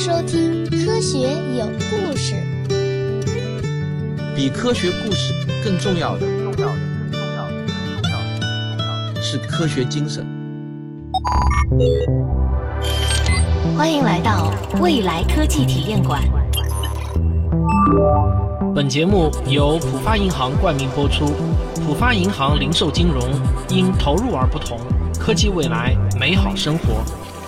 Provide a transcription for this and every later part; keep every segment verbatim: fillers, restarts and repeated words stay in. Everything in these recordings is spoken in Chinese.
收听科学有故事。 比科学故事更重要的，重要的，更重要的，更重要的，更重要的是科学精神。 欢迎来到未来科技体验馆。 本节目由浦发银行冠名播出。浦发银行零售金融，因投入而不同，科技未来，美好生活。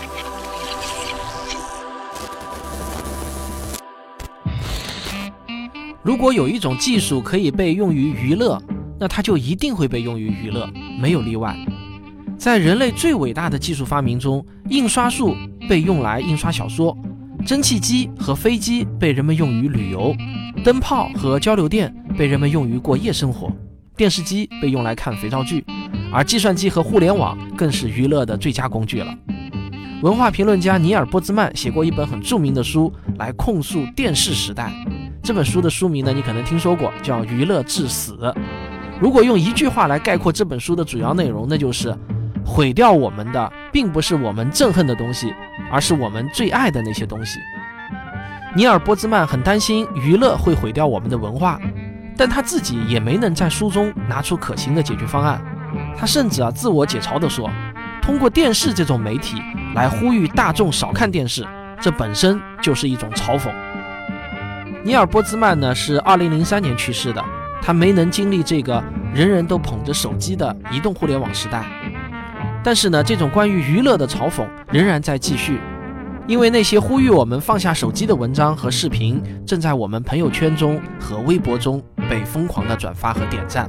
如果有一种技术可以被用于娱乐，那它就一定会被用于娱乐，没有例外。在人类最伟大的技术发明中，印刷术被用来印刷小说，蒸汽机和飞机被人们用于旅游，灯泡和交流电被人们用于过夜生活，电视机被用来看肥皂剧，而计算机和互联网更是娱乐的最佳工具了。文化评论家尼尔·波兹曼写过一本很著名的书来控诉电视时代，这本书的书名呢，你可能听说过，叫《娱乐至死》。如果用一句话来概括这本书的主要内容，那就是毁掉我们的并不是我们憎恨的东西，而是我们最爱的那些东西。尼尔·波兹曼很担心娱乐会毁掉我们的文化，但他自己也没能在书中拿出可行的解决方案。他甚至啊自我解嘲地说，通过电视这种媒体来呼吁大众少看电视，这本身就是一种嘲讽。尼尔·波兹曼呢是二零零三年去世的，他没能经历这个人人都捧着手机的移动互联网时代。但是呢，这种关于娱乐的嘲讽仍然在继续，因为那些呼吁我们放下手机的文章和视频，正在我们朋友圈中和微博中被疯狂的转发和点赞。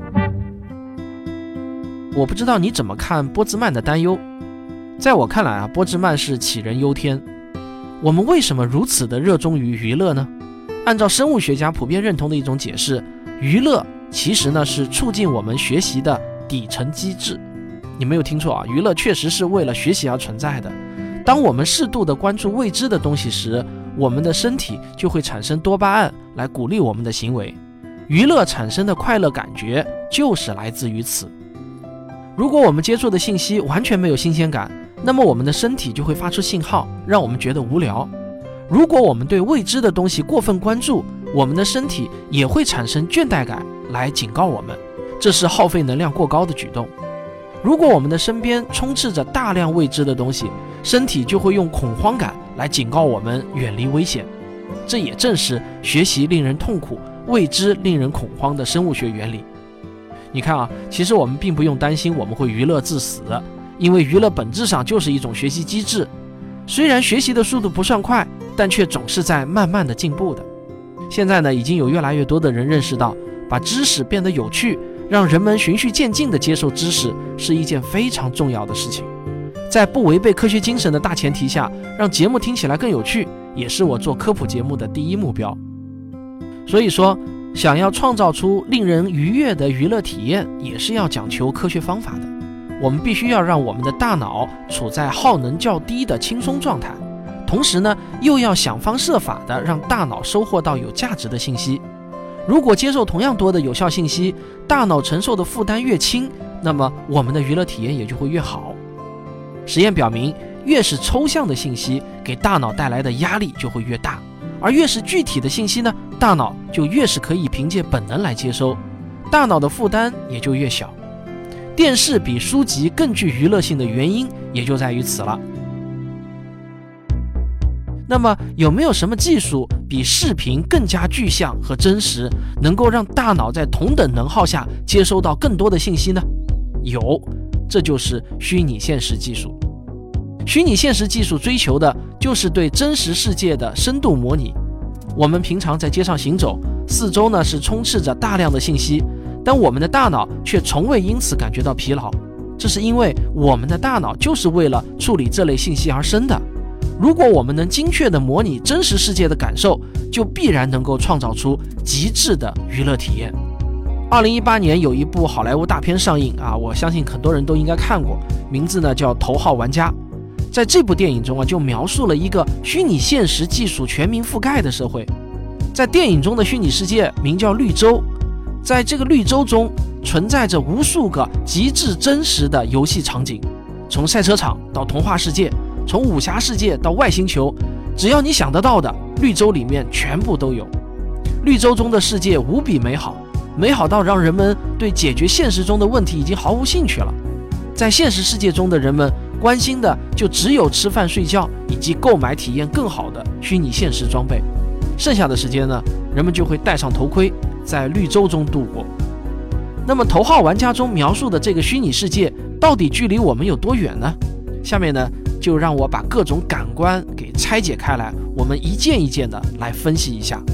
我不知道你怎么看波兹曼的担忧，在我看来啊，波兹曼是杞人忧天。我们为什么如此的热衷于娱乐呢？按照生物学家普遍认同的一种解释，娱乐其实呢是促进我们学习的底层机制。你没有听错啊，娱乐确实是为了学习而存在的。当我们适度的关注未知的东西时，我们的身体就会产生多巴胺来鼓励我们的行为。娱乐产生的快乐感觉就是来自于此。如果我们接触的信息完全没有新鲜感，那么我们的身体就会发出信号，让我们觉得无聊。如果我们对未知的东西过分关注，我们的身体也会产生倦怠感来警告我们，这是耗费能量过高的举动。如果我们的身边充斥着大量未知的东西，身体就会用恐慌感来警告我们远离危险。这也正是学习令人痛苦，未知令人恐慌的生物学原理。你看啊，其实我们并不用担心我们会娱乐致死，因为娱乐本质上就是一种学习机制。虽然学习的速度不算快，但却总是在慢慢的进步的。现在呢，已经有越来越多的人认识到，把知识变得有趣，让人们循序渐进地接受知识，是一件非常重要的事情。在不违背科学精神的大前提下，让节目听起来更有趣，也是我做科普节目的第一目标。所以说，想要创造出令人愉悦的娱乐体验，也是要讲求科学方法的。我们必须要让我们的大脑处在耗能较低的轻松状态，同时呢，又要想方设法的让大脑收获到有价值的信息。如果接受同样多的有效信息，大脑承受的负担越轻，那么我们的娱乐体验也就会越好。实验表明，越是抽象的信息，给大脑带来的压力就会越大，而越是具体的信息呢，大脑就越是可以凭借本能来接收，大脑的负担也就越小。电视比书籍更具娱乐性的原因也就在于此了。那么有没有什么技术比视频更加具象和真实，能够让大脑在同等能耗下接收到更多的信息呢？有，这就是虚拟现实技术。虚拟现实技术追求的就是对真实世界的深度模拟。我们平常在街上行走，四周呢是充斥着大量的信息，但我们的大脑却从未因此感觉到疲劳，这是因为我们的大脑就是为了处理这类信息而生的。如果我们能精确地模拟真实世界的感受，就必然能够创造出极致的娱乐体验。二零一八年有一部好莱坞大片上映啊，我相信很多人都应该看过，名字呢叫《头号玩家》。在这部电影中啊，就描述了一个虚拟现实技术全民覆盖的社会。在电影中的虚拟世界名叫绿洲，在这个绿洲中存在着无数个极致真实的游戏场景，从赛车场到童话世界，从武侠世界到外星球， 只要你想得到的，绿洲里面全部都有。绿洲中的世界无比美好，美好到让人们对解决现实中的问题已经毫无兴趣了。在现实世界中的人们关心的就只有吃饭睡觉以及购买体验更好的虚拟现实装备，剩下的时间呢，人们就会戴上头盔，在绿洲中度过。那么头号玩家中描述的这个虚拟世界到底距离我们有多远呢？下面呢，就让我把各种感官给拆解开来，我们一件一件的来分析一下。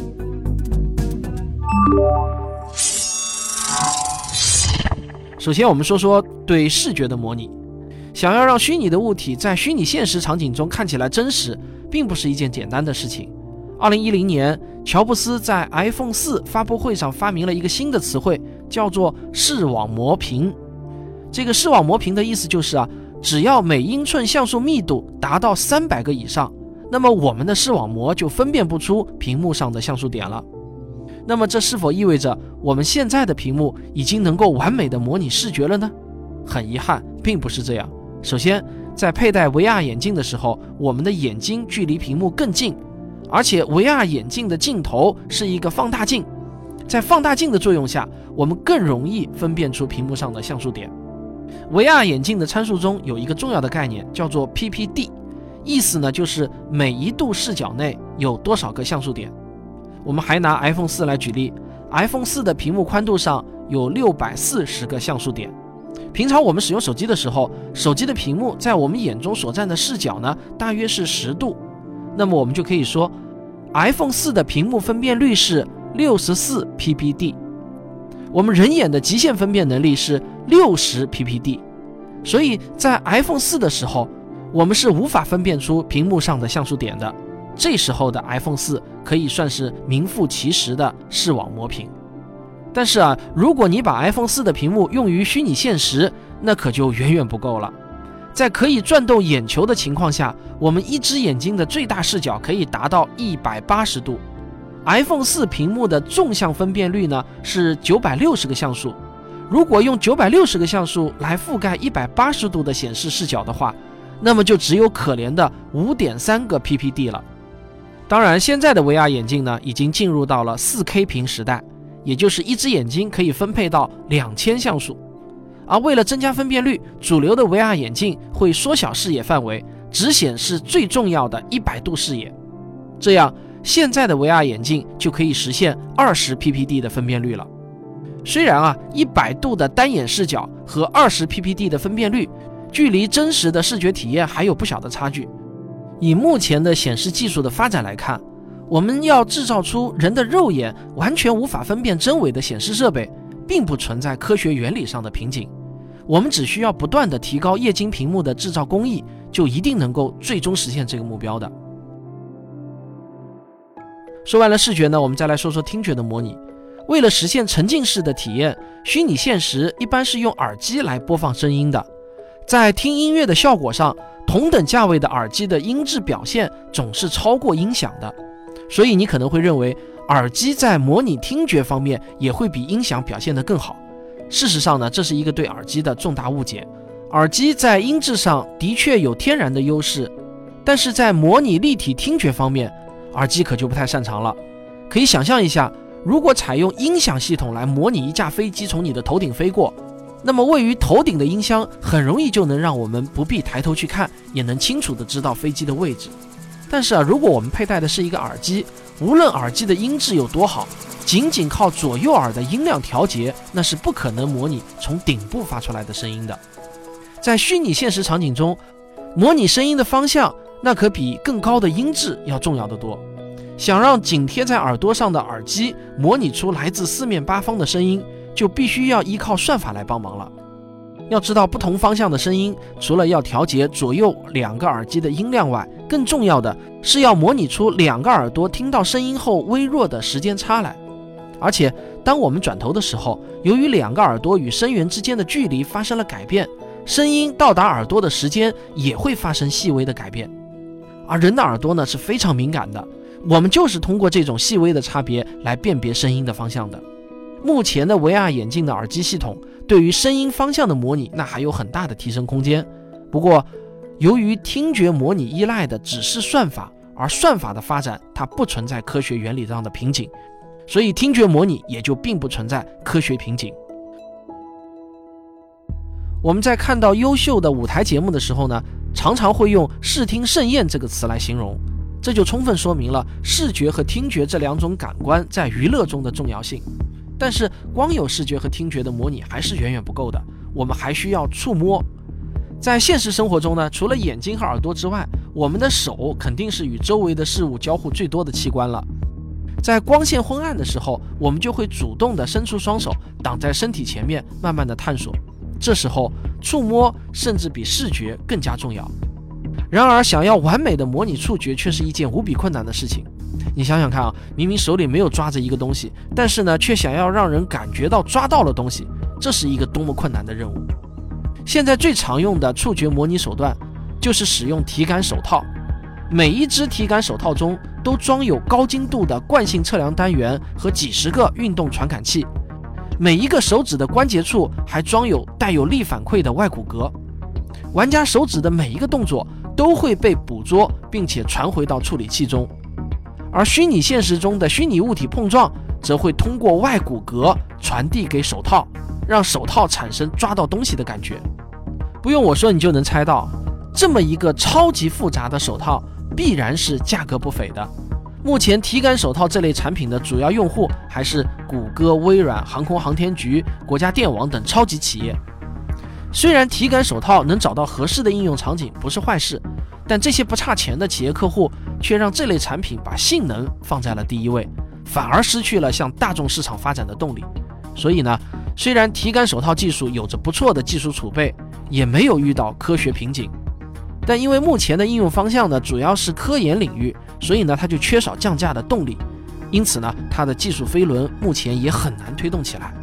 首先我们说说对视觉的模拟。想要让虚拟的物体在虚拟现实场景中看起来真实，并不是一件简单的事情。二零一零年，乔布斯在 iPhone 四发布会上发明了一个新的词汇，叫做视网膜屏。这个视网膜屏的意思就是啊，只要每英寸像素密度达到三百个以上，那么我们的视网膜就分辨不出屏幕上的像素点了。那么这是否意味着我们现在的屏幕已经能够完美的模拟视觉了呢？很遗憾，并不是这样。首先，在佩戴 V R 眼镜的时候，我们的眼睛距离屏幕更近，而且 V R 眼镜的镜头是一个放大镜，在放大镜的作用下，我们更容易分辨出屏幕上的像素点。V R 眼镜的参数中有一个重要的概念，叫做 P P D， 意思呢就是每一度视角内有多少个像素点。我们还拿 iPhone 四来举例， iPhone 四的屏幕宽度上有六百四十个像素点。平常我们使用手机的时候，手机的屏幕在我们眼中所占的视角呢，大约是十度。那么我们就可以说 iPhone 四的屏幕分辨率是六十四 P P D， 我们人眼的极限分辨能力是六十 P P D， 所以在 iPhone 四的时候，我们是无法分辨出屏幕上的像素点的。这时候的 iPhone 四可以算是名副其实的视网膜屏。但是啊，如果你把 iPhone 四的屏幕用于虚拟现实，那可就远远不够了。在可以转动眼球的情况下，我们一只眼睛的最大视角可以达到一百八十度。iPhone 四屏幕的纵向分辨率呢是九百六十个像素，如果用九百六十个像素来覆盖一百八十度的显示视角的话，那么就只有可怜的 五点三个 P P D 了。当然，现在的 V R 眼镜呢已经进入到了 四K 屏时代，也就是一只眼睛可以分配到两千像素。而为了增加分辨率，主流的 V R 眼镜会缩小视野范围，只显示最重要的一百度视野。这样，现在的 V R 眼镜就可以实现二十 P P D 的分辨率了。虽然啊，一百度的单眼视角和二十 P P D 的分辨率，距离真实的视觉体验还有不小的差距。以目前的显示技术的发展来看，我们要制造出人的肉眼完全无法分辨真伪的显示设备，并不存在科学原理上的瓶颈。我们只需要不断地提高液晶屏幕的制造工艺，就一定能够最终实现这个目标的。说完了视觉呢，我们再来说说听觉的模拟。为了实现沉浸式的体验，虚拟现实一般是用耳机来播放声音的。在听音乐的效果上，同等价位的耳机的音质表现总是超过音响的，所以你可能会认为耳机在模拟听觉方面也会比音响表现得更好。事实上呢，这是一个对耳机的重大误解。耳机在音质上的确有天然的优势，但是在模拟立体听觉方面，耳机可就不太擅长了。可以想象一下，如果采用音响系统来模拟一架飞机从你的头顶飞过，那么位于头顶的音箱很容易就能让我们不必抬头去看，也能清楚地知道飞机的位置。但是啊，如果我们佩戴的是一个耳机，无论耳机的音质有多好，仅仅靠左右耳的音量调节，那是不可能模拟从顶部发出来的声音的。在虚拟现实场景中，模拟声音的方向，那可比更高的音质要重要得多。想让紧贴在耳朵上的耳机模拟出来自四面八方的声音，就必须要依靠算法来帮忙了。要知道，不同方向的声音，除了要调节左右两个耳机的音量外，更重要的是要模拟出两个耳朵听到声音后微弱的时间差来。而且，当我们转头的时候，由于两个耳朵与声源之间的距离发生了改变，声音到达耳朵的时间也会发生细微的改变。而人的耳朵呢是非常敏感的，我们就是通过这种细微的差别来辨别声音的方向的。目前的 V R 眼镜的耳机系统对于声音方向的模拟，那还有很大的提升空间。不过，由于听觉模拟依赖的只是算法， 而算法的发展它不存在科学原理上的瓶颈，所以听觉模拟也就并不存在科学瓶颈。我们在看到优秀的舞台节目的时候呢，常常会用视听盛宴这个词来形容，这就充分说明了视觉和听觉这两种感官在娱乐中的重要性。但是光有视觉和听觉的模拟还是远远不够的，我们还需要触摸。在现实生活中呢，除了眼睛和耳朵之外，我们的手肯定是与周围的事物交互最多的器官了。在光线昏暗的时候，我们就会主动地伸出双手挡在身体前面，慢慢地探索。这时候触摸甚至比视觉更加重要。然而想要完美的模拟触觉却是一件无比困难的事情。你想想看啊，明明手里没有抓着一个东西，但是呢却想要让人感觉到抓到了东西，这是一个多么困难的任务。现在最常用的触觉模拟手段就是使用体感手套。每一只体感手套中都装有高精度的惯性测量单元和几十个运动传感器，每一个手指的关节处还装有带有力反馈的外骨骼。玩家手指的每一个动作都会被捕捉并且传回到处理器中，而虚拟现实中的虚拟物体碰撞则会通过外骨骼传递给手套，让手套产生抓到东西的感觉。不用我说你就能猜到，这么一个超级复杂的手套必然是价格不菲的。目前体感手套这类产品的主要用户还是谷歌、微软、航空航天局、国家电网等超级企业。虽然体感手套能找到合适的应用场景不是坏事，但这些不差钱的企业客户却让这类产品把性能放在了第一位，反而失去了向大众市场发展的动力。所以呢，虽然体感手套技术有着不错的技术储备，也没有遇到科学瓶颈，但因为目前的应用方向呢主要是科研领域，所以呢它就缺少降价的动力，因此呢它的技术飞轮目前也很难推动起来。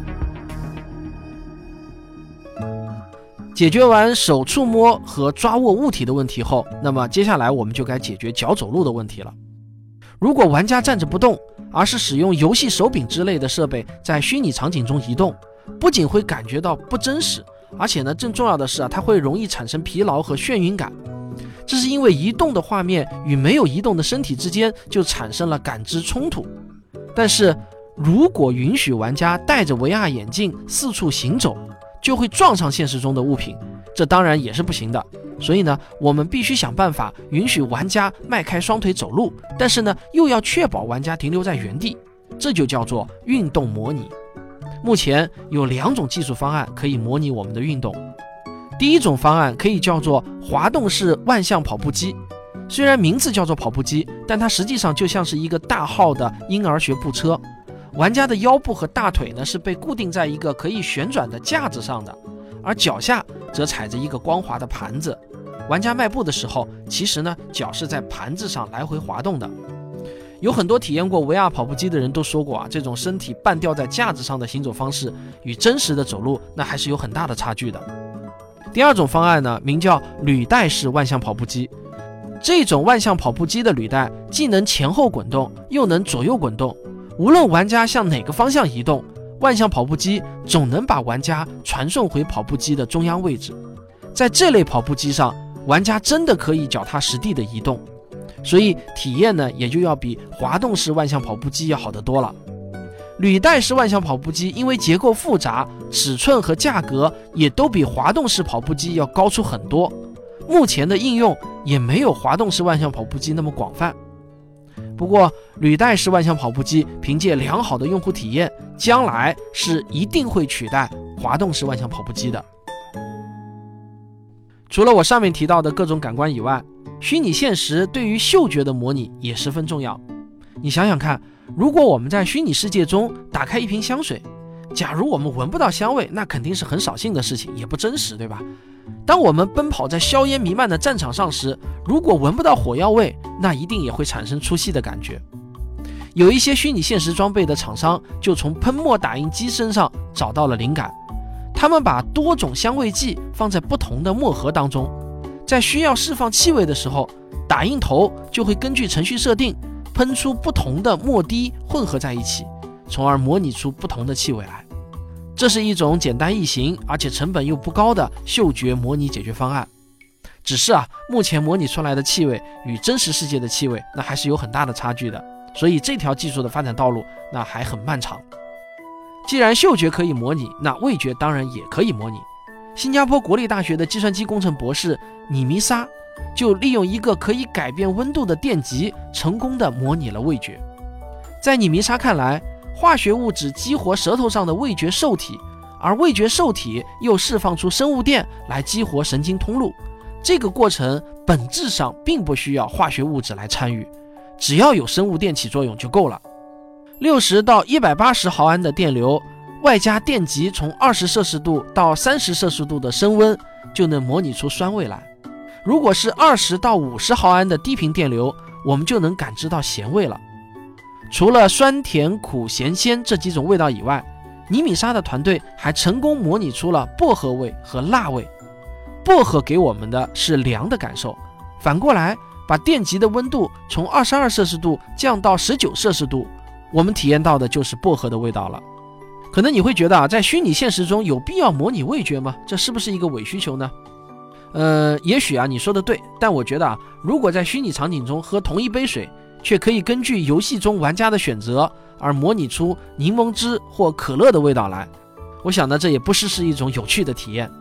解决完手触摸和抓握物体的问题后，那么接下来我们就该解决脚走路的问题了。如果玩家站着不动，而是使用游戏手柄之类的设备在虚拟场景中移动，不仅会感觉到不真实，而且呢更重要的是啊，它会容易产生疲劳和眩晕感。这是因为移动的画面与没有移动的身体之间就产生了感知冲突。但是如果允许玩家戴着 V R 眼镜四处行走，就会撞上现实中的物品，这当然也是不行的。所以呢，我们必须想办法允许玩家迈开双腿走路，但是呢，又要确保玩家停留在原地，这就叫做运动模拟。目前有两种技术方案可以模拟我们的运动。第一种方案可以叫做滑动式万向跑步机，虽然名字叫做跑步机，但它实际上就像是一个大号的婴儿学步车。玩家的腰部和大腿呢是被固定在一个可以旋转的架子上的，而脚下则踩着一个光滑的盘子。玩家迈步的时候，其实呢脚是在盘子上来回滑动的。有很多体验过 V R 跑步机的人都说过啊，这种身体半吊在架子上的行走方式与真实的走路那还是有很大的差距的。第二种方案呢，名叫履带式万向跑步机。这种万向跑步机的履带既能前后滚动，又能左右滚动。无论玩家向哪个方向移动，万向跑步机总能把玩家传送回跑步机的中央位置。在这类跑步机上，玩家真的可以脚踏实地的移动，所以体验呢也就要比滑动式万向跑步机要好得多了。履带式万向跑步机因为结构复杂，尺寸和价格也都比滑动式跑步机要高出很多，目前的应用也没有滑动式万向跑步机那么广泛。不过履带式万向跑步机凭借良好的用户体验，将来是一定会取代滑动式万向跑步机的。除了我上面提到的各种感官以外，虚拟现实对于嗅觉的模拟也十分重要。你想想看，如果我们在虚拟世界中打开一瓶香水，假如我们闻不到香味，那肯定是很扫兴的事情，也不真实，对吧？当我们奔跑在硝烟弥漫的战场上时，如果闻不到火药味，那一定也会产生出戏的感觉。有一些虚拟现实装备的厂商就从喷墨打印机身上找到了灵感，他们把多种香味剂放在不同的墨盒当中，在需要释放气味的时候，打印头就会根据程序设定喷出不同的墨滴混合在一起，从而模拟出不同的气味来。这是一种简单易行而且成本又不高的嗅觉模拟解决方案。 只是啊，目前模拟出来的气味与真实世界的气味那还是有很大的差距的，所以这条技术的发展道路那还很漫长。既然嗅觉可以模拟，那味觉当然也可以模拟。新加坡国立大学的计算机工程博士拟弥沙就利用一个可以改变温度的电极，成功的模拟了味觉。在拟弥沙看来，化学物质激活舌头上的味觉受体，而味觉受体又释放出生物电来激活神经通路。这个过程本质上并不需要化学物质来参与，只要有生物电起作用就够了。六十到一百八十毫安的电流，外加电极从二十摄氏度到三十摄氏度的升温，就能模拟出酸味来。如果是二十到五十毫安的低频电流，我们就能感知到咸味了。除了酸甜苦咸鲜这几种味道以外，拟弥沙的团队还成功模拟出了薄荷味和辣味。薄荷给我们的是凉的感受，反过来把电极的温度从二十二摄氏度降到十九摄氏度，我们体验到的就是薄荷的味道了。可能你会觉得啊，在虚拟现实中有必要模拟味觉吗？这是不是一个伪需求呢？呃，也许啊你说的对，但我觉得啊，如果在虚拟场景中喝同一杯水，却可以根据游戏中玩家的选择而模拟出柠檬汁或可乐的味道来，我想呢，这也不失是一种有趣的体验。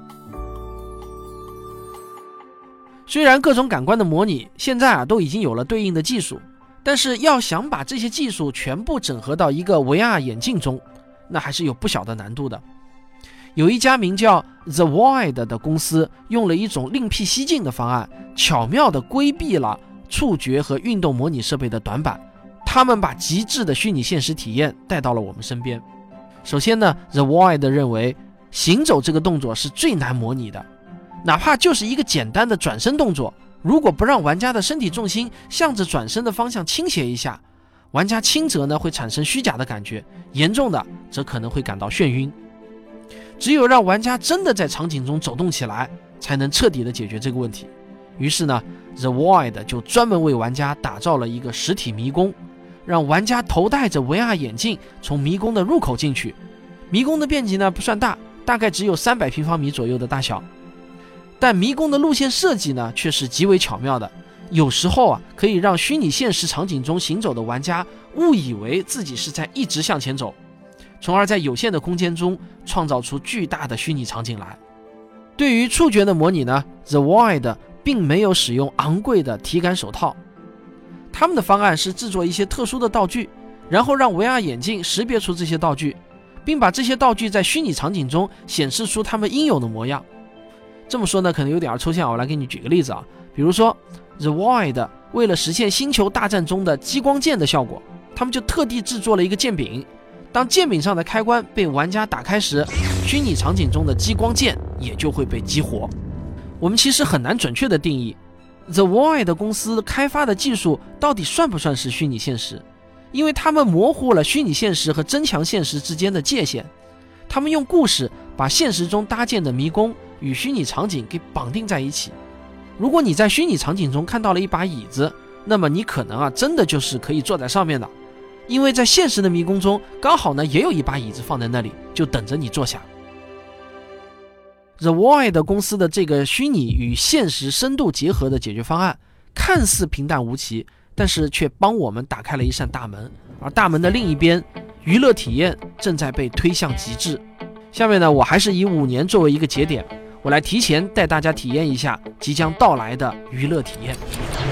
虽然各种感官的模拟现在啊都已经有了对应的技术，但是要想把这些技术全部整合到一个 V R 眼镜中，那还是有不小的难度的。有一家名叫 The Void 的公司用了一种另辟蹊径的方案，巧妙地规避了触觉和运动模拟设备的短板，他们把极致的虚拟现实体验带到了我们身边。首先呢 The Void 认为行走这个动作是最难模拟的，哪怕就是一个简单的转身动作，如果不让玩家的身体重心向着转身的方向倾斜一下，玩家轻则呢会产生虚假的感觉，严重的则可能会感到眩晕。只有让玩家真的在场景中走动起来，才能彻底的解决这个问题。于是呢 The Void 就专门为玩家打造了一个实体迷宫，让玩家头戴着 V R 眼镜从迷宫的入口进去。迷宫的面积呢不算大，大概只有三百平方米左右的大小，但迷宫的路线设计呢却是极为巧妙的，有时候啊可以让虚拟现实场景中行走的玩家误以为自己是在一直向前走，从而在有限的空间中创造出巨大的虚拟场景来。对于触觉的模拟呢 The Void 并没有使用昂贵的体感手套，他们的方案是制作一些特殊的道具，然后让 V R 眼镜识别出这些道具，并把这些道具在虚拟场景中显示出他们应有的模样。这么说呢可能有点抽象，我来给你举个例子啊，比如说 The Void 为了实现星球大战中的激光剑的效果，他们就特地制作了一个剑柄，当剑柄上的开关被玩家打开时，虚拟场景中的激光剑也就会被激活。我们其实很难准确的定义 The Void 公司开发的技术到底算不算是虚拟现实，因为他们模糊了虚拟现实和增强现实之间的界限。他们用故事把现实中搭建的迷宫与虚拟场景给绑定在一起。如果你在虚拟场景中看到了一把椅子，那么你可能啊真的就是可以坐在上面的，因为在现实的迷宫中刚好呢也有一把椅子放在那里，就等着你坐下。The Void 公司的这个虚拟与现实深度结合的解决方案看似平淡无奇，但是却帮我们打开了一扇大门，而大门的另一边，娱乐体验正在被推向极致。下面呢，我还是以五年作为一个节点，我来提前带大家体验一下即将到来的娱乐体验。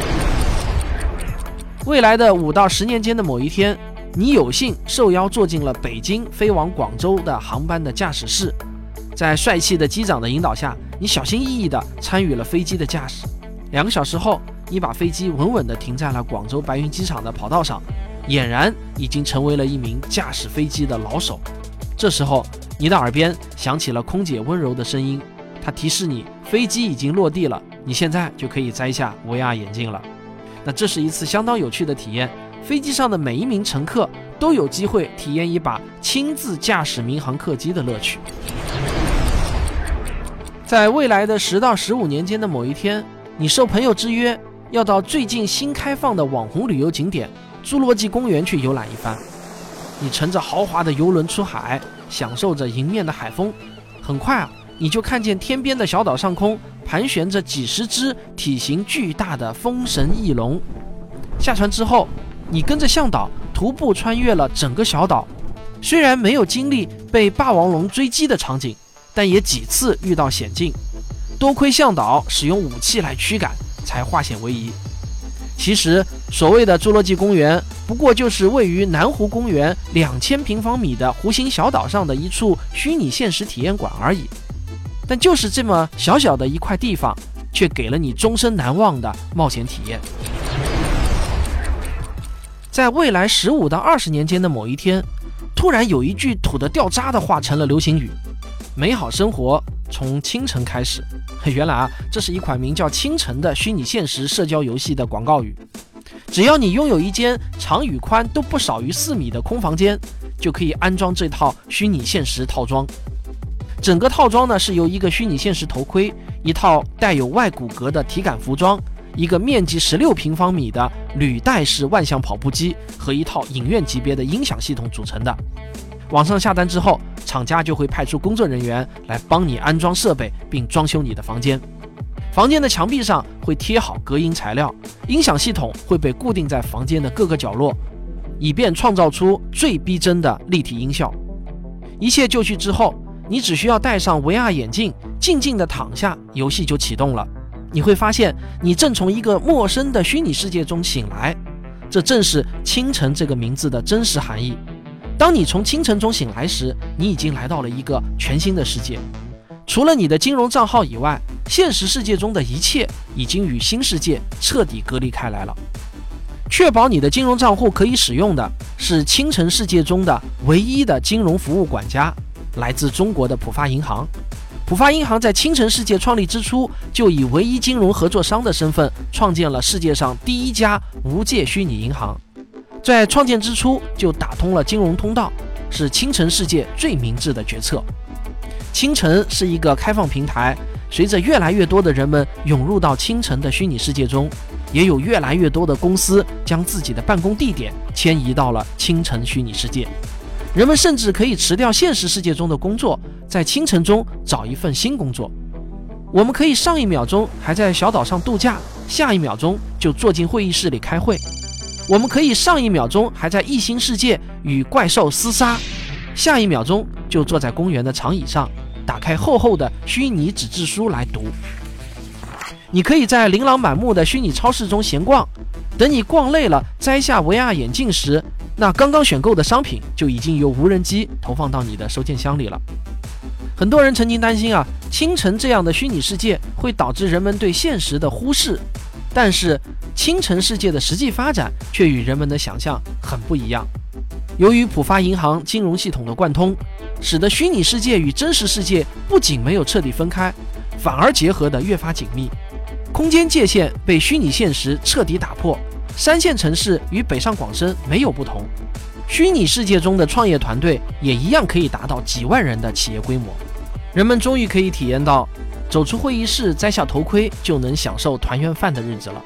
未来的五到十年间的某一天，你有幸受邀坐进了北京飞往广州的航班的驾驶室，在帅气的机长的引导下，你小心翼翼地参与了飞机的驾驶。两个小时后，你把飞机稳稳地停在了广州白云机场的跑道上，俨然已经成为了一名驾驶飞机的老手。这时候，你的耳边响起了空姐温柔的声音，她提示你飞机已经落地了，你现在就可以摘下 V R 眼镜了。那这是一次相当有趣的体验，飞机上的每一名乘客都有机会体验一把亲自驾驶民航客机的乐趣。在未来的十到十五年间的某一天，你受朋友之约，要到最近新开放的网红旅游景点侏罗纪公园去游览一番。你乘着豪华的游轮出海，享受着迎面的海风。很快啊，你就看见天边的小岛上空盘旋着几十只体型巨大的风神翼龙。下船之后，你跟着向导徒步穿越了整个小岛，虽然没有经历被霸王龙追击的场景，但也几次遇到险境，多亏向导使用武器来驱赶，才化险为夷。其实所谓的侏罗纪公园不过就是位于南湖公园两千平方米的弧形小岛上的一处虚拟现实体验馆而已，但就是这么小小的一块地方，却给了你终身难忘的冒险体验。在未来十五到二十年间的某一天，突然有一句土得掉渣的话成了流行语：美好生活从清晨开始。原来啊，这是一款名叫清晨的虚拟现实社交游戏的广告语。只要你拥有一间长与宽都不少于四米的空房间，就可以安装这套虚拟现实套装。整个套装呢，是由一个虚拟现实头盔、一套带有外骨骼的体感服装、一个面积十六平方米的履带式万向跑步机和一套影院级别的音响系统组成的。网上下单之后，厂家就会派出工作人员来帮你安装设备并装修你的房间。房间的墙壁上会贴好隔音材料，音响系统会被固定在房间的各个角落，以便创造出最逼真的立体音效。一切就绪之后，你只需要戴上 V R 眼镜，静静地躺下，游戏就启动了。你会发现你正从一个陌生的虚拟世界中醒来，这正是清晨这个名字的真实含义。当你从清晨中醒来时，你已经来到了一个全新的世界。除了你的金融账号以外，现实世界中的一切已经与新世界彻底隔离开来了。确保你的金融账户可以使用的是清晨世界中的唯一的金融服务管家，来自中国的浦发银行。浦发银行在清晨世界创立之初，就以唯一金融合作商的身份创建了世界上第一家无界虚拟银行。在创建之初就打通了金融通道，是清晨世界最明智的决策。清晨是一个开放平台，随着越来越多的人们涌入到清晨的虚拟世界中，也有越来越多的公司将自己的办公地点迁移到了清晨虚拟世界。人们甚至可以辞掉现实世界中的工作，在清晨中找一份新工作。我们可以上一秒钟还在小岛上度假，下一秒钟就坐进会议室里开会。我们可以上一秒钟还在异星世界与怪兽厮杀，下一秒钟就坐在公园的长椅上，打开厚厚的虚拟纸质书来读。你可以在琳琅满目的虚拟超市中闲逛，等你逛累了摘下 V R 眼镜时，那刚刚选购的商品就已经由无人机投放到你的收件箱里了。很多人曾经担心啊，清晨这样的虚拟世界会导致人们对现实的忽视，但是清晨世界的实际发展却与人们的想象很不一样。由于浦发银行金融系统的贯通，使得虚拟世界与真实世界不仅没有彻底分开，反而结合得越发紧密。空间界限被虚拟现实彻底打破，三线城市与北上广深没有不同。虚拟世界中的创业团队也一样可以达到几万人的企业规模。人们终于可以体验到走出会议室，摘下头盔就能享受团圆饭的日子了。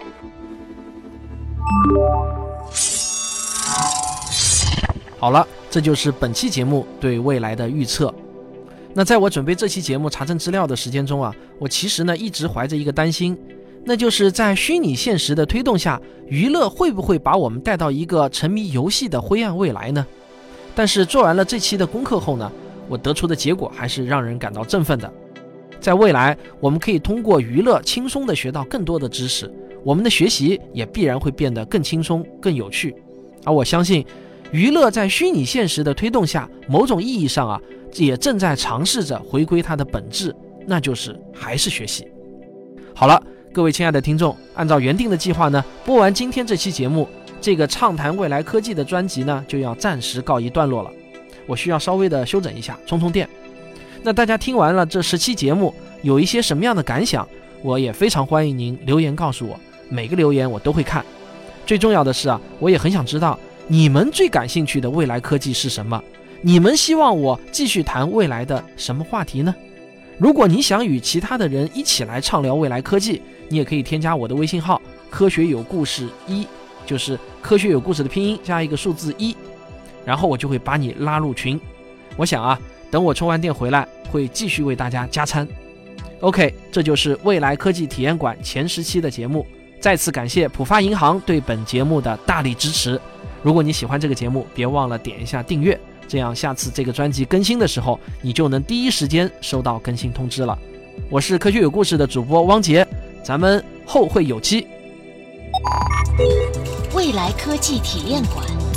好了，这就是本期节目对未来的预测。那在我准备这期节目查证资料的时间中啊，我其实呢一直怀着一个担心，那就是在虚拟现实的推动下，娱乐会不会把我们带到一个沉迷游戏的灰暗未来呢？但是做完了这期的功课后呢，我得出的结果还是让人感到振奋的。在未来，我们可以通过娱乐轻松地学到更多的知识，我们的学习也必然会变得更轻松、更有趣。而我相信，娱乐在虚拟现实的推动下，某种意义上啊，也正在尝试着回归它的本质，那就是还是学习。好了，各位亲爱的听众，按照原定的计划呢，播完今天这期节目，这个畅谈未来科技的专辑呢，就要暂时告一段落了。我需要稍微的修整一下，充充电。那大家听完了这十期节目，有一些什么样的感想？我也非常欢迎您留言告诉我，每个留言我都会看。最重要的是啊，我也很想知道你们最感兴趣的未来科技是什么？你们希望我继续谈未来的什么话题呢？如果你想与其他的人一起来畅聊未来科技，你也可以添加我的微信号科学有故事一，就是科学有故事的拼音加一个数字一，然后我就会把你拉入群。我想啊，等我充完电回来，会继续为大家加餐。 OK， 这就是未来科技体验馆前十期的节目，再次感谢浦发银行对本节目的大力支持。如果你喜欢这个节目，别忘了点一下订阅，这样下次这个专辑更新的时候，你就能第一时间收到更新通知了。我是科学有故事的主播汪杰，咱们后会有期。 未来科技体验馆。